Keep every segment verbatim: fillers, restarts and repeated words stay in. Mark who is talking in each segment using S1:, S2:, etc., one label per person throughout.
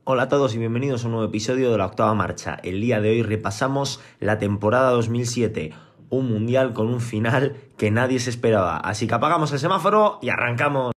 S1: Hola a todos y bienvenidos a un nuevo episodio de la octava marcha. El día de hoy repasamos la temporada dos mil siete, un mundial con un final que nadie se esperaba. Así que apagamos el semáforo y arrancamos.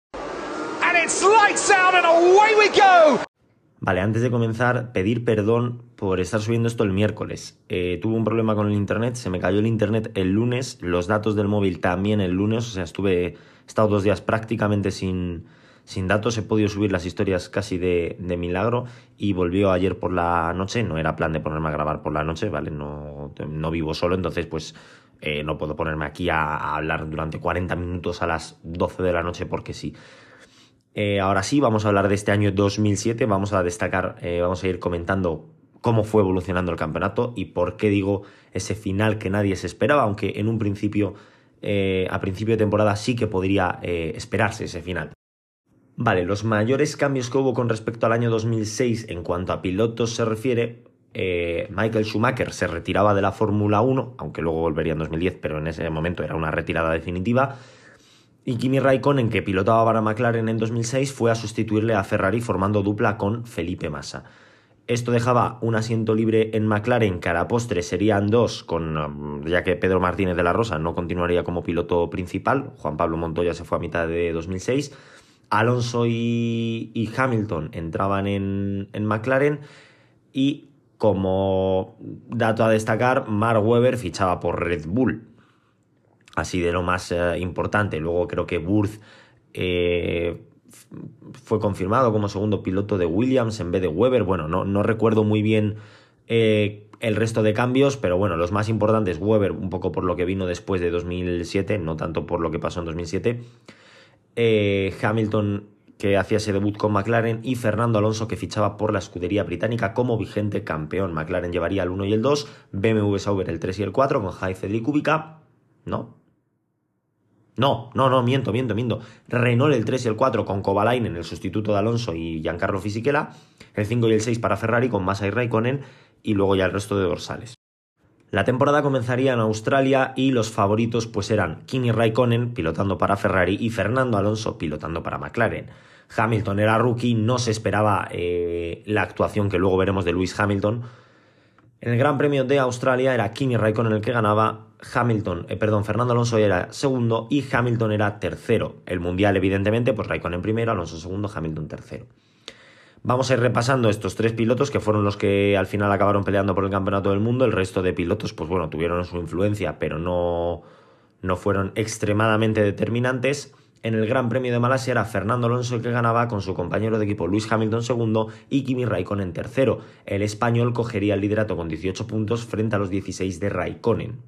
S2: And it's lights out and away we go.
S1: Vale, antes de comenzar, pedir perdón por estar subiendo esto el miércoles. Eh, tuve un problema con el internet, se me cayó el internet el lunes, los datos del móvil también el lunes, o sea, estuve, he estado dos días prácticamente sin... Sin datos, he podido subir las historias casi de, de milagro y volvió ayer por la noche. No era plan de ponerme a grabar por la noche, ¿vale? No, no vivo solo, entonces pues eh, no puedo ponerme aquí a, a hablar durante cuarenta minutos a las doce de la noche porque sí. Eh, ahora sí, vamos a hablar de este año dos mil siete, vamos a destacar, eh, vamos a ir comentando cómo fue evolucionando el campeonato y por qué digo ese final que nadie se esperaba, aunque en un principio, eh, a principio de temporada sí que podría eh, esperarse ese final. Vale, los mayores cambios que hubo con respecto al año dos mil seis en cuanto a pilotos se refiere, eh, Michael Schumacher se retiraba de la Fórmula uno, aunque luego volvería en dos mil diez, pero en ese momento era una retirada definitiva, y Kimi Raikkonen, que pilotaba para McLaren en dos mil seis, fue a sustituirle a Ferrari formando dupla con Felipe Massa. Esto dejaba un asiento libre en McLaren, que a la postre serían dos, con, ya que Pedro Martínez de la Rosa no continuaría como piloto principal, Juan Pablo Montoya se fue a mitad de dos mil seis, Alonso y, y Hamilton entraban en, en McLaren y como dato a destacar, Mark Webber fichaba por Red Bull, así de lo más eh, importante. Luego creo que Wurz eh, fue confirmado como segundo piloto de Williams en vez de Webber. Bueno, no, no recuerdo muy bien eh, el resto de cambios, pero bueno, los más importantes, Webber un poco por lo que vino después de dos mil siete, no tanto por lo que pasó en dos mil siete. Eh, Hamilton, que hacía ese debut con McLaren, y Fernando Alonso, que fichaba por la escudería británica como vigente campeón. McLaren llevaría el uno y el dos, B M W Sauber el tres y el cuatro con Heidfeld y Kubica. No. No, no, no, miento, miento, miento. Renault el tres y el cuatro con Kovalainen, el sustituto de Alonso, y Giancarlo Fisichella. El cinco y el seis para Ferrari con Massa y Raikkonen, y luego ya el resto de dorsales. La temporada comenzaría en Australia y los favoritos pues eran Kimi Raikkonen pilotando para Ferrari y Fernando Alonso pilotando para McLaren. Hamilton era rookie, no se esperaba eh, la actuación que luego veremos de Lewis Hamilton. En el Gran Premio de Australia era Kimi Raikkonen el que ganaba, Hamilton, eh, perdón, Fernando Alonso era segundo y Hamilton era tercero. El Mundial evidentemente, pues Raikkonen primero, Alonso segundo, Hamilton tercero. Vamos a ir repasando estos tres pilotos que fueron los que al final acabaron peleando por el campeonato del mundo. El resto de pilotos, pues bueno, tuvieron su influencia, pero no, no fueron extremadamente determinantes. En el Gran Premio de Malasia era Fernando Alonso el que ganaba con su compañero de equipo Lewis Hamilton segundo y Kimi Raikkonen tercero. El español cogería el liderato con dieciocho puntos frente a los dieciséis de Raikkonen.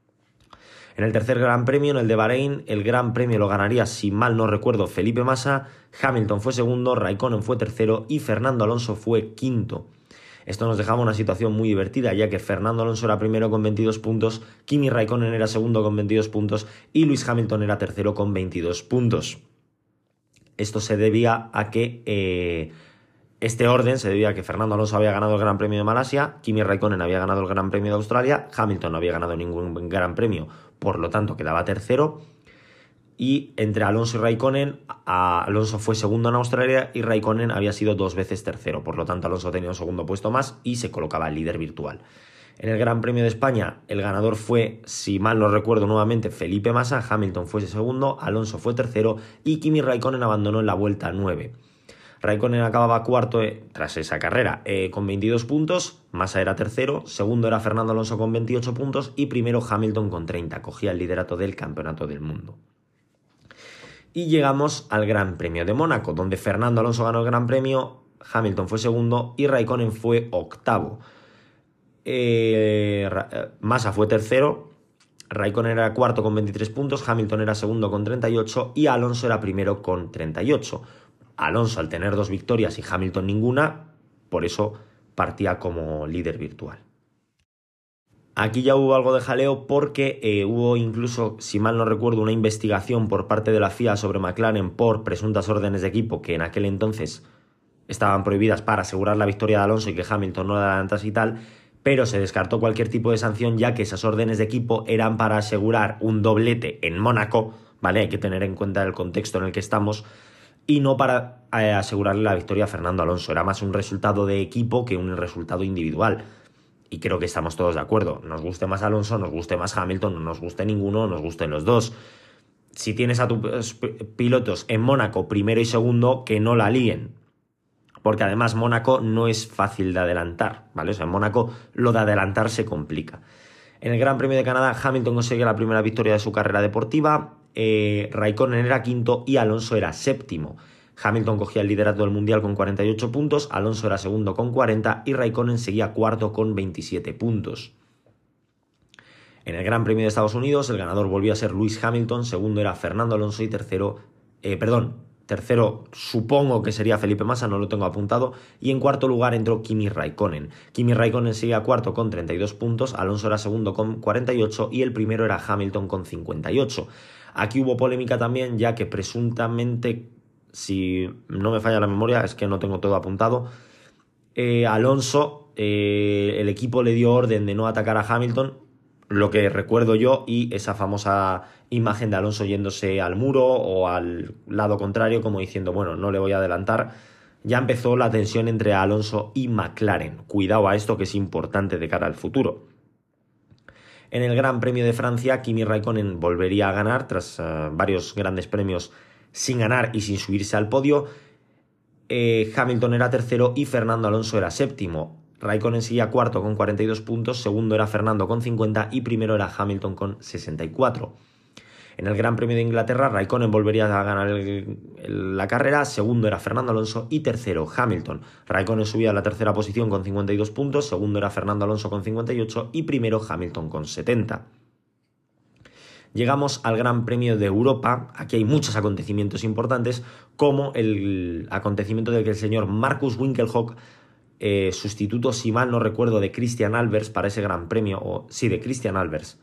S1: En el tercer Gran Premio, en el de Bahrein, el Gran Premio lo ganaría, si mal no recuerdo, Felipe Massa, Hamilton fue segundo, Raikkonen fue tercero y Fernando Alonso fue quinto. Esto nos dejaba una situación muy divertida, ya que Fernando Alonso era primero con veintidós puntos, Kimi Raikkonen era segundo con veintidós puntos y Lewis Hamilton era tercero con veintidós puntos. Esto se debía a que... Eh, Este orden se debía a que Fernando Alonso había ganado el Gran Premio de Malasia, Kimi Raikkonen había ganado el Gran Premio de Australia, Hamilton no había ganado ningún Gran Premio, por lo tanto quedaba tercero. Y entre Alonso y Raikkonen, Alonso fue segundo en Australia y Raikkonen había sido dos veces tercero, por lo tanto Alonso tenía un segundo puesto más y se colocaba el líder virtual. En el Gran Premio de España, el ganador fue, si mal no recuerdo nuevamente, Felipe Massa, Hamilton fue segundo, Alonso fue tercero y Kimi Raikkonen abandonó en la vuelta nueve. Raikkonen acababa cuarto eh, tras esa carrera eh, con veintidós puntos, Massa era tercero, segundo era Fernando Alonso con veintiocho puntos y primero Hamilton con treinta, cogía el liderato del campeonato del mundo. Y llegamos al Gran Premio de Mónaco, donde Fernando Alonso ganó el Gran Premio, Hamilton fue segundo y Raikkonen fue octavo. Eh, Massa fue tercero, Raikkonen era cuarto con veintitrés puntos, Hamilton era segundo con treinta y ocho y Alonso era primero con treinta y ocho. Alonso, al tener dos victorias y Hamilton ninguna, por eso partía como líder virtual. Aquí ya hubo algo de jaleo porque eh, hubo incluso, si mal no recuerdo, una investigación por parte de la F I A sobre McLaren por presuntas órdenes de equipo que en aquel entonces estaban prohibidas para asegurar la victoria de Alonso y que Hamilton no la adelantase y tal, pero se descartó cualquier tipo de sanción ya que esas órdenes de equipo eran para asegurar un doblete en Mónaco, ¿vale? Hay que tener en cuenta el contexto en el que estamos. y no para eh, asegurarle la victoria a Fernando Alonso. Era más un resultado de equipo que un resultado individual. Y creo que estamos todos de acuerdo. Nos guste más Alonso, nos guste más Hamilton, no nos guste ninguno, nos gusten los dos. Si tienes a tus pilotos en Mónaco, primero y segundo, que no la líen. Porque además Mónaco no es fácil de adelantar, ¿vale? O sea, en Mónaco lo de adelantar se complica. En el Gran Premio de Canadá, Hamilton consigue la primera victoria de su carrera deportiva, eh, Raikkonen era quinto y Alonso era séptimo. Hamilton cogía el liderato del Mundial con cuarenta y ocho puntos, Alonso era segundo con cuarenta y Raikkonen seguía cuarto con veintisiete puntos. En el Gran Premio de Estados Unidos, el ganador volvió a ser Lewis Hamilton, segundo era Fernando Alonso y tercero, eh, perdón, tercero supongo que sería Felipe Massa, no lo tengo apuntado, y en cuarto lugar entró Kimi Raikkonen. Kimi Raikkonen seguía cuarto con treinta y dos puntos, Alonso era segundo con cuarenta y ocho y el primero era Hamilton con cincuenta y ocho. Aquí hubo polémica también, ya que presuntamente, si no me falla la memoria, es que no tengo todo apuntado, eh, Alonso, eh, el equipo le dio orden de no atacar a Hamilton, lo que recuerdo yo, y esa famosa imagen de Alonso yéndose al muro o al lado contrario, como diciendo, bueno, no le voy a adelantar. Ya empezó la tensión entre Alonso y McLaren. Cuidado a esto, que es importante de cara al futuro. En el Gran Premio de Francia, Kimi Raikkonen volvería a ganar tras uh, varios grandes premios sin ganar y sin subirse al podio. Eh, Hamilton era tercero y Fernando Alonso era séptimo. Raikkonen seguía cuarto con cuarenta y dos puntos, segundo era Fernando con cincuenta y primero era Hamilton con sesenta y cuatro. En el Gran Premio de Inglaterra, Raikkonen volvería a ganar el, el, la carrera, segundo era Fernando Alonso y tercero Hamilton. Raikkonen subía a la tercera posición con cincuenta y dos puntos, segundo era Fernando Alonso con cincuenta y ocho y primero Hamilton con setenta. Llegamos al Gran Premio de Europa. Aquí hay muchos acontecimientos importantes, como el acontecimiento de que el señor Markus Winkelhock, Eh, sustituto, si mal no recuerdo, de Christian Albers para ese Gran Premio, o sí, de Christian Albers.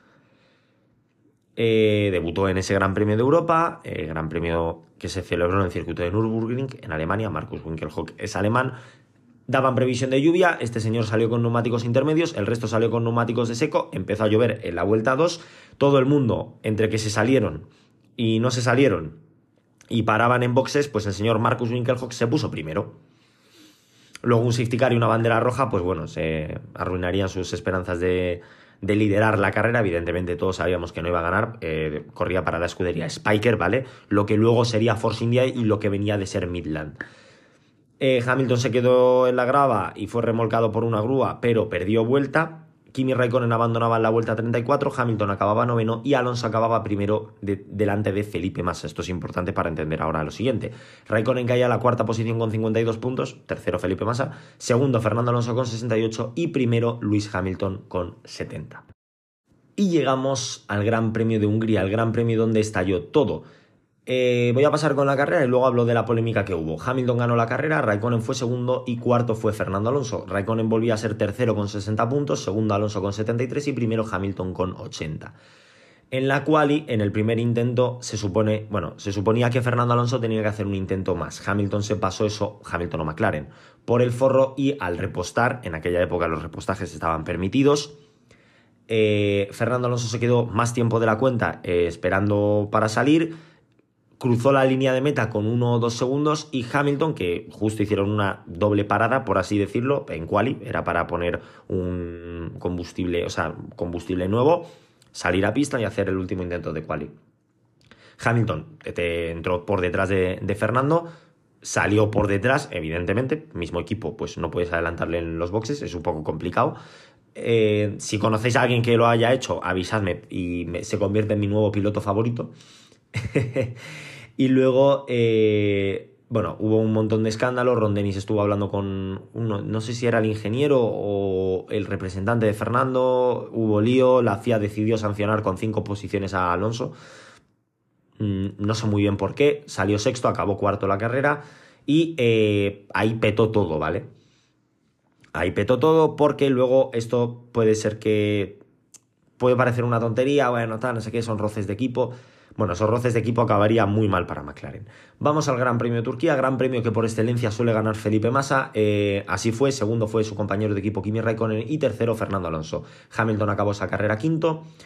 S1: Eh, debutó en ese Gran Premio de Europa, eh, Gran Premio que se celebró en el circuito de Nürburgring, en Alemania. Markus Winkelhock es alemán. Daban previsión de lluvia, este señor salió con neumáticos intermedios, el resto salió con neumáticos de seco, empezó a llover en la vuelta dos, todo el mundo, entre que se salieron y no se salieron y paraban en boxes, pues el señor Markus Winkelhock se puso primero. Luego un safety car y una bandera roja, pues bueno, se arruinarían sus esperanzas de, de liderar la carrera. Evidentemente todos sabíamos que no iba a ganar, eh, corría para la escudería Spiker, ¿vale? Lo que luego sería Force India y lo que venía de ser Midland. Eh, Hamilton se quedó en la grava y fue remolcado por una grúa, pero perdió vuelta. Kimi Raikkonen abandonaba en la vuelta treinta y cuatro, Hamilton acababa noveno y Alonso acababa primero de, delante de Felipe Massa. Esto es importante para entender ahora lo siguiente. Raikkonen caía a la cuarta posición con cincuenta y dos puntos, tercero Felipe Massa, segundo Fernando Alonso con sesenta y ocho y primero Lewis Hamilton con setenta. Y llegamos al Gran Premio de Hungría, el Gran Premio donde estalló todo. Eh, voy a pasar con la carrera y luego hablo de la polémica que hubo. Hamilton ganó la carrera, Raikkonen fue segundo y cuarto fue Fernando Alonso. Raikkonen volvía a ser tercero con sesenta puntos, segundo Alonso con setenta y tres y primero Hamilton con ochenta. En la quali, en el primer intento, se supone, bueno, se suponía que Fernando Alonso tenía que hacer un intento más. Hamilton se pasó eso, Hamilton o McLaren, por el forro y al repostar, en aquella época los repostajes estaban permitidos, eh, Fernando Alonso se quedó más tiempo de la cuenta eh, esperando para salir. Cruzó la línea de meta con uno o dos segundos y Hamilton, que justo hicieron una doble parada, por así decirlo, en quali, era para poner un combustible, o sea, combustible nuevo, salir a pista y hacer el último intento de quali. Hamilton te entró por detrás de, de Fernando, salió por detrás, evidentemente, mismo equipo, pues no puedes adelantarle en los boxes, es un poco complicado. Eh, si conocéis a alguien que lo haya hecho, avisadme y me, se convierte en mi nuevo piloto favorito. Y luego, eh, bueno, hubo un montón de escándalos. Ron Dennis estuvo hablando con uno, no sé si era el ingeniero o el representante de Fernando. Hubo lío, la F I A decidió sancionar con cinco posiciones a Alonso. Mm, no sé muy bien por qué. Salió sexto, acabó cuarto la carrera y eh, ahí petó todo, ¿vale? Ahí petó todo porque luego esto puede ser que puede parecer una tontería, bueno, tal, no sé qué, son roces de equipo. Bueno, esos roces de equipo acabarían muy mal para McLaren. Vamos al Gran Premio de Turquía, Gran Premio que por excelencia suele ganar Felipe Massa. Eh, así fue, segundo fue su compañero de equipo Kimi Raikkonen y tercero Fernando Alonso. Hamilton acabó esa carrera quinto.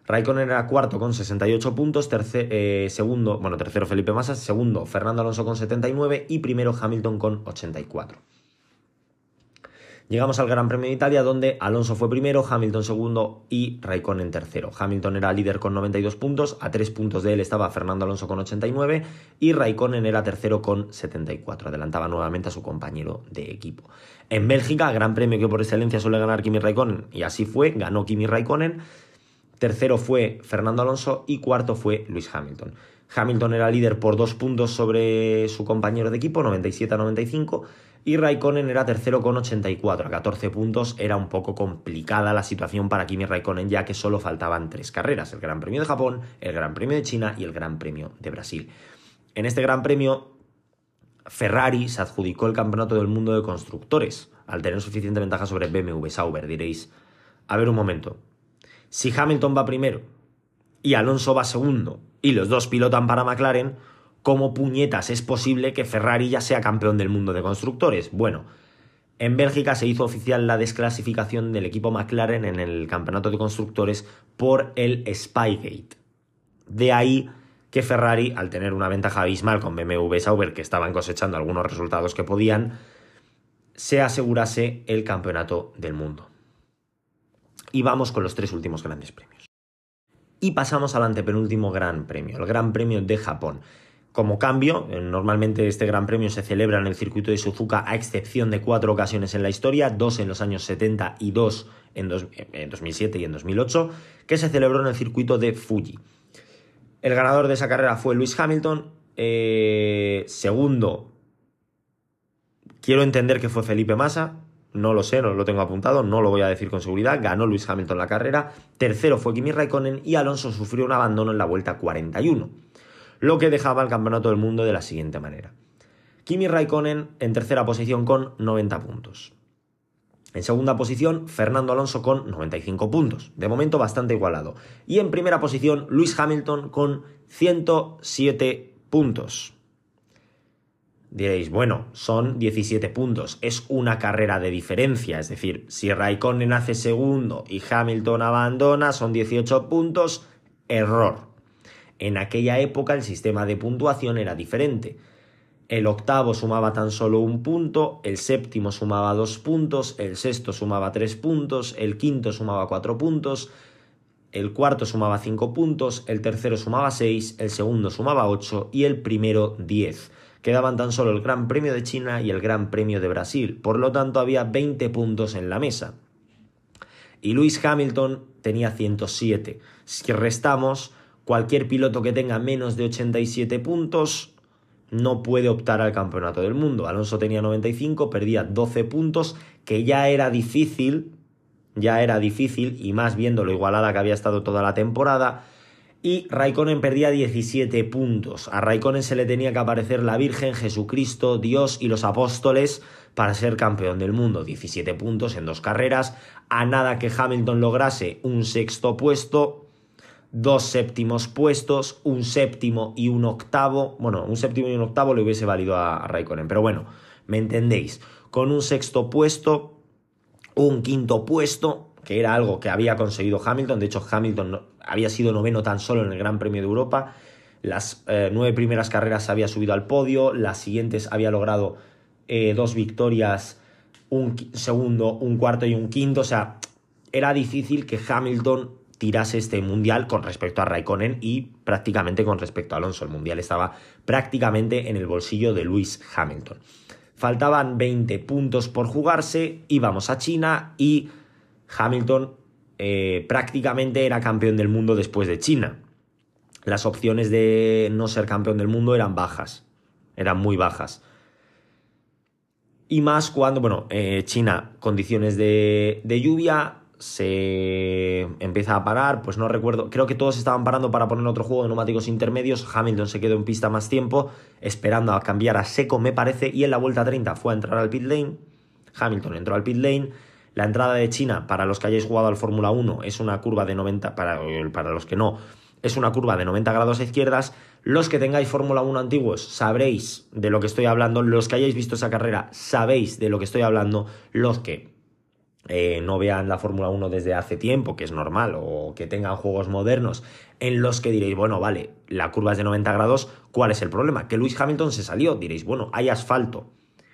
S1: Raikkonen era cuarto con sesenta y ocho puntos, tercer, eh, segundo, bueno, tercero Felipe Massa, segundo Fernando Alonso con setenta y nueve y primero Hamilton con ochenta y cuatro. Llegamos al Gran Premio de Italia, donde Alonso fue primero, Hamilton segundo y Raikkonen tercero. Hamilton era líder con noventa y dos puntos, a tres puntos de él estaba Fernando Alonso con ochenta y nueve y Raikkonen era tercero con setenta y cuatro. Adelantaba nuevamente a su compañero de equipo. En Bélgica, Gran Premio que por excelencia suele ganar Kimi Raikkonen, y así fue, ganó Kimi Raikkonen. Tercero fue Fernando Alonso y cuarto fue Lewis Hamilton. Hamilton era líder por dos puntos sobre su compañero de equipo, noventa y siete a noventa y cinco, y Raikkonen era tercero con ochenta y cuatro, a catorce puntos. Era un poco complicada la situación para Kimi Raikkonen, ya que solo faltaban tres carreras: el Gran Premio de Japón, el Gran Premio de China y el Gran Premio de Brasil. En este Gran Premio, Ferrari se adjudicó el campeonato del mundo de constructores, al tener suficiente ventaja sobre B M W Sauber. Diréis, a ver un momento, si Hamilton va primero y Alonso va segundo y los dos pilotan para McLaren, ¿cómo puñetas es posible que Ferrari ya sea campeón del mundo de constructores? Bueno, en Bélgica se hizo oficial la desclasificación del equipo McLaren en el campeonato de constructores por el Spygate. De ahí que Ferrari, al tener una ventaja abismal con B M W Sauber, que estaban cosechando algunos resultados que podían, se asegurase el campeonato del mundo. Y vamos con los tres últimos grandes premios. Y pasamos al antepenúltimo gran premio, el Gran Premio de Japón. Como cambio, normalmente este Gran Premio se celebra en el circuito de Suzuka, a excepción de cuatro ocasiones en la historia, dos en los años setenta y dos en, dos, en dos mil siete y en dos mil ocho, que se celebró en el circuito de Fuji. El ganador de esa carrera fue Lewis Hamilton. Eh, segundo, quiero entender que fue Felipe Massa. No lo sé, no lo tengo apuntado, no lo voy a decir con seguridad. Ganó Lewis Hamilton la carrera. Tercero fue Kimi Raikkonen y Alonso sufrió un abandono en la vuelta cuarenta y uno, lo que dejaba el campeonato del mundo de la siguiente manera: Kimi Raikkonen en tercera posición con noventa puntos. En segunda posición, Fernando Alonso con noventa y cinco puntos. De momento bastante igualado. Y en primera posición, Lewis Hamilton con ciento siete puntos. Diréis, bueno, son diecisiete puntos, es una carrera de diferencia, es decir, si Raikkonen hace segundo y Hamilton abandona, son dieciocho puntos. Error. En aquella época el sistema de puntuación era diferente. El octavo sumaba tan solo un punto, el séptimo sumaba dos puntos, el sexto sumaba tres puntos, el quinto sumaba cuatro puntos, el cuarto sumaba cinco puntos, el tercero sumaba seis, el segundo sumaba ocho y el primero diez. Quedaban tan solo el Gran Premio de China y el Gran Premio de Brasil, por lo tanto había veinte puntos en la mesa. Y Lewis Hamilton tenía ciento siete. Si restamos, cualquier piloto que tenga menos de ochenta y siete puntos no puede optar al campeonato del mundo. Alonso tenía noventa y cinco, perdía doce puntos, que ya era difícil, ya era difícil, y más viendo lo igualada que había estado toda la temporada. Y Raikkonen perdía diecisiete puntos. A Raikkonen se le tenía que aparecer la Virgen, Jesucristo, Dios y los apóstoles para ser campeón del mundo. diecisiete puntos en dos carreras, a nada que Hamilton lograse un sexto puesto, dos séptimos puestos, un séptimo y un octavo. Bueno, un séptimo y un octavo le hubiese valido a, a Raikkonen, pero bueno, me entendéis. Con un sexto puesto, un quinto puesto, que era algo que había conseguido Hamilton. De hecho, Hamilton no, había sido noveno tan solo en el Gran Premio de Europa. Las eh, nueve primeras carreras había subido al podio, las siguientes había logrado eh, dos victorias, un segundo, un cuarto y un quinto. O sea, era difícil que Hamilton tirase este mundial con respecto a Raikkonen y prácticamente con respecto a Alonso. El mundial estaba prácticamente en el bolsillo de Lewis Hamilton. Faltaban veinte puntos por jugarse, íbamos a China y Hamilton eh, prácticamente era campeón del mundo después de China. Las opciones de no ser campeón del mundo eran bajas, eran muy bajas. Y más cuando, bueno, eh, China, condiciones de, de lluvia, se empieza a parar, pues no recuerdo, creo que todos estaban parando para poner otro juego de neumáticos intermedios. Hamilton se quedó en pista más tiempo, esperando a cambiar a seco, me parece, y en la vuelta treinta fue a entrar al pit lane. Hamilton entró al pit lane. La entrada de China, para los que hayáis jugado al Fórmula uno, es una curva de noventa, para, para los que no, es una curva de noventa grados a izquierdas. Los que tengáis Fórmula uno antiguos sabréis de lo que estoy hablando, los que hayáis visto esa carrera sabéis de lo que estoy hablando, los que eh, no vean la Fórmula uno desde hace tiempo, que es normal, o que tengan juegos modernos en los que diréis, bueno, vale, la curva es de noventa grados, ¿cuál es el problema? Que Lewis Hamilton se salió, diréis, bueno, hay asfalto.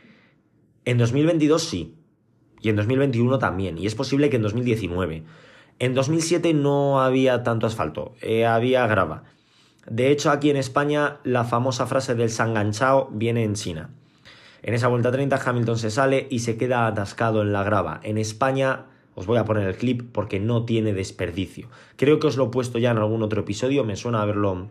S1: En dos mil veintidós sí, y en dos mil veintiuno también, y es posible que en dos mil diecinueve. En dos mil siete no había tanto asfalto, eh, había grava. De hecho, aquí en España, la famosa frase del sanganchao viene en China. En esa vuelta treinta, Hamilton se sale y se queda atascado en la grava. En España, os voy a poner el clip porque no tiene desperdicio. Creo que os lo he puesto ya en algún otro episodio, me suena haberlo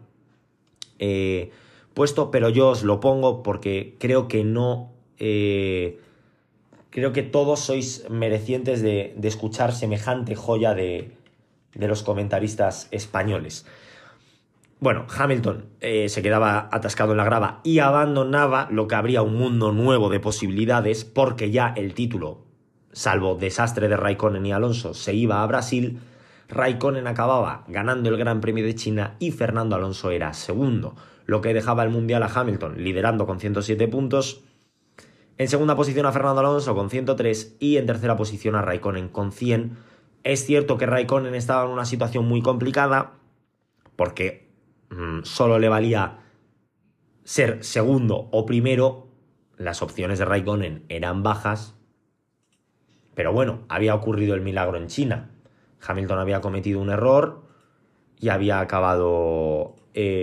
S1: eh, puesto, pero yo os lo pongo porque creo que no... Eh, creo que todos sois merecientes de, de escuchar semejante joya de, de los comentaristas españoles. Bueno, Hamilton eh, se quedaba atascado en la grava y abandonaba lo que habría un mundo nuevo de posibilidades, porque ya el título, salvo desastre de Raikkonen y Alonso, se iba a Brasil. Raikkonen acababa ganando el Gran Premio de China y Fernando Alonso era segundo, lo que dejaba el Mundial a Hamilton liderando con ciento siete puntos, en segunda posición a Fernando Alonso con ciento tres y en tercera posición a Raikkonen con cien. Es cierto que Raikkonen estaba en una situación muy complicada porque solo le valía ser segundo o primero, las opciones de Raikkonen eran bajas, pero bueno, había ocurrido el milagro en China. Hamilton había cometido un error y había acabado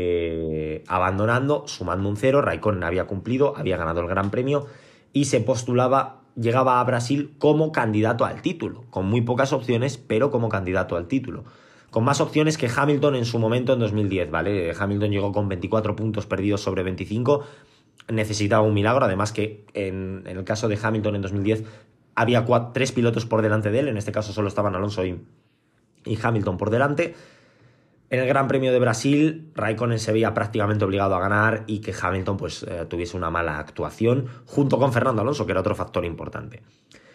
S1: eh, abandonando, sumando un cero. Raikkonen había cumplido, había ganado el Gran Premio y se postulaba, llegaba a Brasil como candidato al título, con muy pocas opciones, pero como candidato al título. Con más opciones que Hamilton en su momento en dos mil diez, ¿vale? Hamilton llegó con veinticuatro puntos perdidos sobre veinticinco, necesitaba un milagro, además que en, en el caso de Hamilton en dos mil diez había cuatro, tres pilotos por delante de él, en este caso solo estaban Alonso y, y Hamilton por delante. En el Gran Premio de Brasil, Raikkonen se veía prácticamente obligado a ganar y que Hamilton pues eh, tuviese una mala actuación, junto con Fernando Alonso, que era otro factor importante.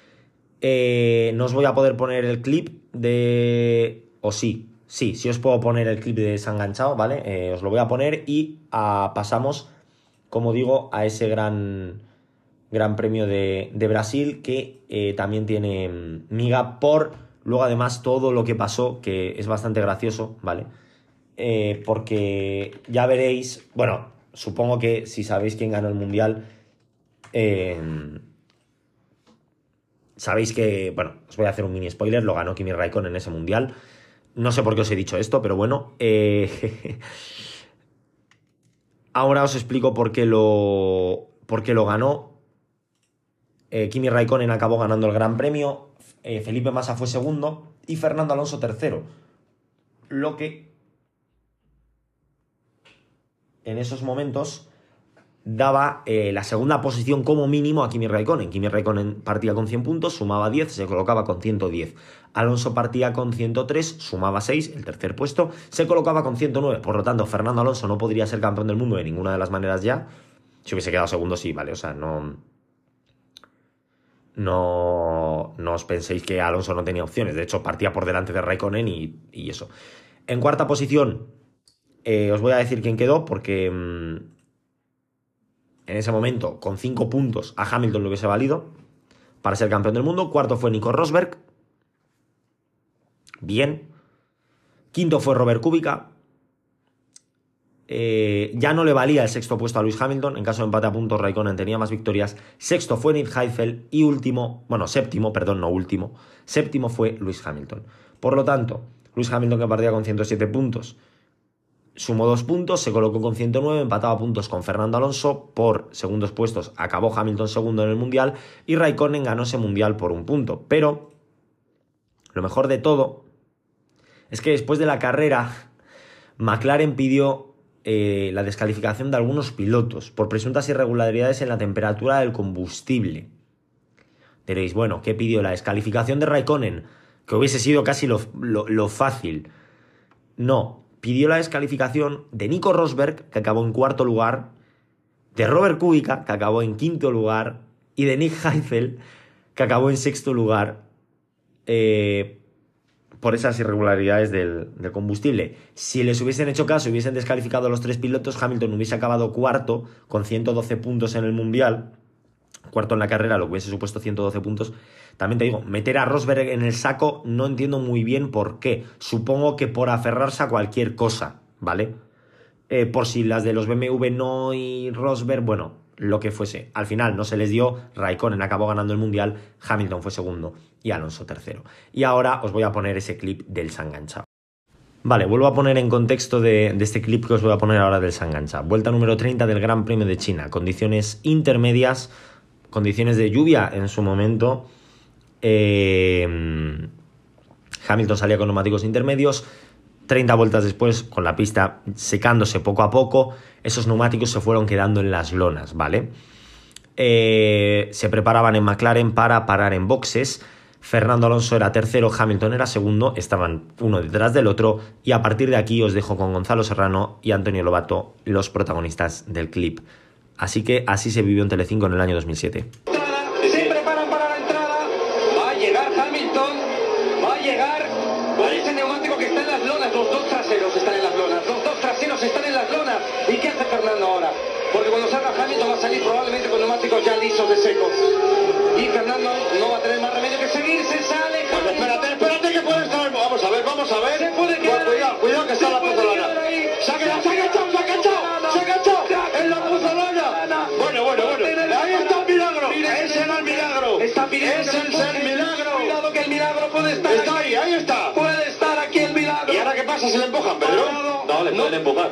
S1: Eh, no os voy a poder poner el clip de... O sí, sí, sí os puedo poner el clip de desenganchado, ¿vale? Eh, os lo voy a poner y a, pasamos, como digo, a ese gran, gran premio de, de Brasil que eh, también tiene miga por, luego además, todo lo que pasó, que es bastante gracioso, ¿vale? Eh, porque ya veréis, bueno, supongo que si sabéis quién ganó el Mundial, eh, sabéis que, bueno, os voy a hacer un mini spoiler, lo ganó Kimi Raikkonen en ese Mundial. No sé por qué os he dicho esto, pero bueno. Eh... Ahora os explico por qué lo, por qué lo ganó. Eh, Kimi Raikkonen acabó ganando el Gran Premio. Eh, Felipe Massa fue segundo. Y Fernando Alonso tercero. Lo que en esos momentos daba eh, la segunda posición como mínimo a Kimi Raikkonen. Kimi Raikkonen partía con cien puntos, sumaba diez, se colocaba con ciento diez. Alonso partía con ciento tres, sumaba seis, el tercer puesto, se colocaba con ciento nueve. Por lo tanto, Fernando Alonso no podría ser campeón del mundo de ninguna de las maneras ya. Si hubiese quedado segundo, sí, vale, o sea, no... No, no os penséis que Alonso no tenía opciones. De hecho, partía por delante de Raikkonen y, y eso. En cuarta posición, eh, os voy a decir quién quedó, porque... Mmm, en ese momento, con cinco puntos, a Hamilton le hubiese valido para ser campeón del mundo. Cuarto fue Nico Rosberg. Bien. Quinto fue Robert Kubica. Eh, ya no le valía el sexto puesto a Lewis Hamilton. En caso de empate a puntos, Raikkonen tenía más victorias. Sexto fue Nick Heidfeld. Y último, bueno, séptimo, perdón, no último. Séptimo fue Lewis Hamilton. Por lo tanto, Lewis Hamilton, que partía con ciento siete puntos, sumó dos puntos, se colocó con ciento nueve, empataba puntos con Fernando Alonso por segundos puestos, acabó Hamilton segundo en el Mundial y Raikkonen ganó ese Mundial por un punto. Pero lo mejor de todo es que después de la carrera McLaren pidió eh, la descalificación de algunos pilotos por presuntas irregularidades en la temperatura del combustible. Diréis, bueno, ¿qué pidió? La descalificación de Raikkonen, que hubiese sido casi lo, lo, lo fácil. No, pidió la descalificación de Nico Rosberg, que acabó en cuarto lugar, de Robert Kubica, que acabó en quinto lugar, y de Nick Heidfeld, que acabó en sexto lugar, eh, por esas irregularidades del, del combustible. Si les hubiesen hecho caso y hubiesen descalificado a los tres pilotos, Hamilton hubiese acabado cuarto, con ciento doce puntos en el Mundial, cuarto en la carrera, lo que hubiese supuesto ciento doce puntos. También te digo, meter a Rosberg en el saco no entiendo muy bien por qué. Supongo que por aferrarse a cualquier cosa, ¿vale? Eh, por si las de los B M W no y Rosberg, bueno, lo que fuese. Al final no se les dio, Raikkonen acabó ganando el Mundial, Hamilton fue segundo y Alonso tercero. Y ahora os voy a poner ese clip del Sangancha. Vale, vuelvo a poner en contexto de, de este clip que os voy a poner ahora del Sangancha. Vuelta número treinta del Gran Premio de China. Condiciones intermedias, condiciones de lluvia en su momento. Eh, Hamilton salía con neumáticos intermedios. treinta vueltas después, con la pista secándose poco a poco, esos neumáticos se fueron quedando en las lonas, ¿vale? Eh, se preparaban en McLaren para parar en boxes. Fernando Alonso era tercero, Hamilton era segundo, estaban uno detrás del otro, y a partir de aquí os dejo con Gonzalo Serrano y Antonio Lobato, los protagonistas del clip. Así que así se vivió en Telecinco en el año dos mil siete.
S3: Se preparan para la entrada, va a llegar Hamilton, va a llegar con ese neumático que está en las lonas, los dos traseros están en las lonas, los dos traseros están en las lonas. ¿Y qué hace Fernando ahora? Porque cuando salga Hamilton va a salir probablemente con neumáticos ya lisos de secos. Y Fernando no va a tener más remedio que seguir, se sale.
S4: Pues espérate, espérate que puede estar. Vamos a ver, vamos a ver.
S3: Se puede quedar.
S4: Cuidado, cuidado que está la puzolana. Se ha quedado, se ha agachado, se ha agachado, se ha agachado. En la puzolana. Bueno, bueno, bueno. Ahí está el milagro. Ese era el milagro.
S3: Está pidiendo.
S4: Ese es el milagro.
S3: Cuidado que el milagro puede estar.
S4: Está ahí, ahí está.
S3: Puede estar aquí el milagro.
S4: ¿Y ahora qué pasa? ¿Se le empujan, Pedro? No, le pueden empujar.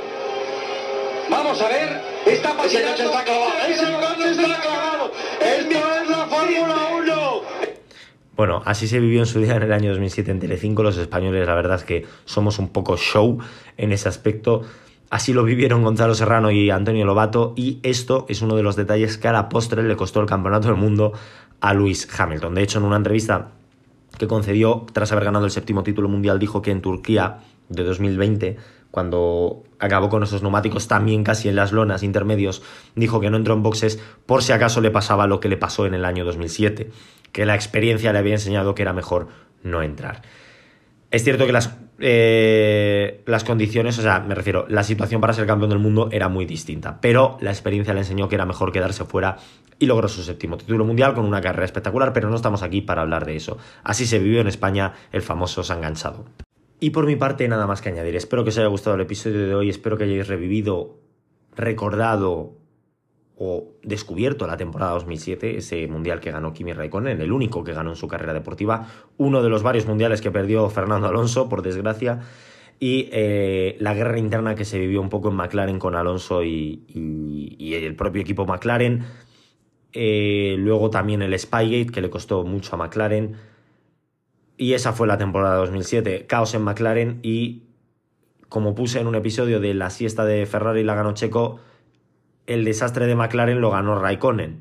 S3: Vamos a ver. Está
S4: Ese coche está clavado. Ese coche está clavado. Esto es la Fórmula uno.
S1: Bueno, así se vivió en su día en el año dos mil siete en Telecinco. Los españoles, la verdad es que somos un poco show en ese aspecto. Así lo vivieron Gonzalo Serrano y Antonio Lobato, y esto es uno de los detalles que a la postre le costó el campeonato del mundo a Lewis Hamilton. De hecho, en una entrevista que concedió tras haber ganado el séptimo título mundial, dijo que en Turquía de dos mil veinte, cuando acabó con esos neumáticos también casi en las lonas intermedios, dijo que no entró en boxes por si acaso le pasaba lo que le pasó en el año dos mil siete, que la experiencia le había enseñado que era mejor no entrar. Es cierto que las, eh, las condiciones, o sea, me refiero, la situación para ser campeón del mundo era muy distinta, pero la experiencia le enseñó que era mejor quedarse fuera y logró su séptimo título mundial con una carrera espectacular, pero no estamos aquí para hablar de eso. Así se vivió en España el famoso Sanganchado. Y por mi parte, nada más que añadir. Espero que os haya gustado el episodio de hoy, espero que hayáis revivido, recordado o descubierto la temporada dos mil siete, ese mundial que ganó Kimi Raikkonen, el único que ganó en su carrera deportiva, uno de los varios mundiales que perdió Fernando Alonso, por desgracia, y eh, la guerra interna que se vivió un poco en McLaren con Alonso y, y, y el propio equipo McLaren, eh, luego también el Spygate, que le costó mucho a McLaren, y esa fue la temporada dos mil siete, caos en McLaren, y como puse en un episodio de la siesta de Ferrari la ganó Checo, el desastre de McLaren lo ganó Raikkonen.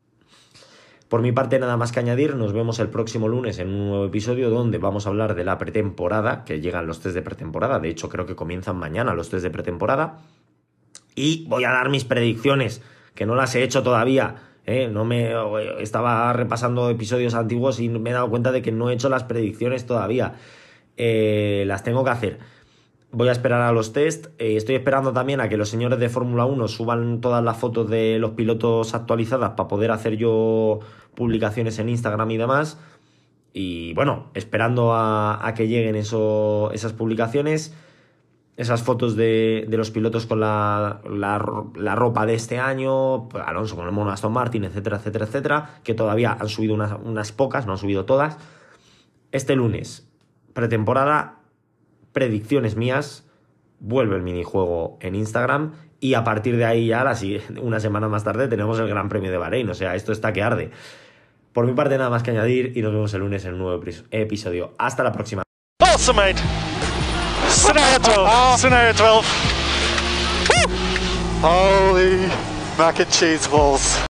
S1: Por mi parte, nada más que añadir. Nos vemos el próximo lunes en un nuevo episodio donde vamos a hablar de la pretemporada, que llegan los test de pretemporada. De hecho, creo que comienzan mañana los test de pretemporada. Y voy a dar mis predicciones, que no las he hecho todavía. ¿eh? No me estaba repasando episodios antiguos y me he dado cuenta de que no he hecho las predicciones todavía. Eh, las tengo que hacer. Voy a esperar a los test. Eh, estoy esperando también a que los señores de Fórmula uno suban todas las fotos de los pilotos actualizadas para poder hacer yo publicaciones en Instagram y demás. Y bueno, esperando a, a que lleguen eso, esas publicaciones, esas fotos de, de los pilotos con la, la, la ropa de este año, Alonso con el mono Aston Martin, etcétera, etcétera, etcétera, que todavía han subido unas, unas pocas, no han subido todas. Este lunes, pretemporada, predicciones mías, vuelve el minijuego en Instagram y a partir de ahí ya, la, una semana más tarde, tenemos el Gran Premio de Bahrein. O sea, esto está que arde. Por mi parte, nada más que añadir y nos vemos el lunes en un nuevo episodio. Hasta la próxima.
S2: Awesome, mate. Scenario twelve. Scenario twelve.
S5: Holy mac and cheese balls.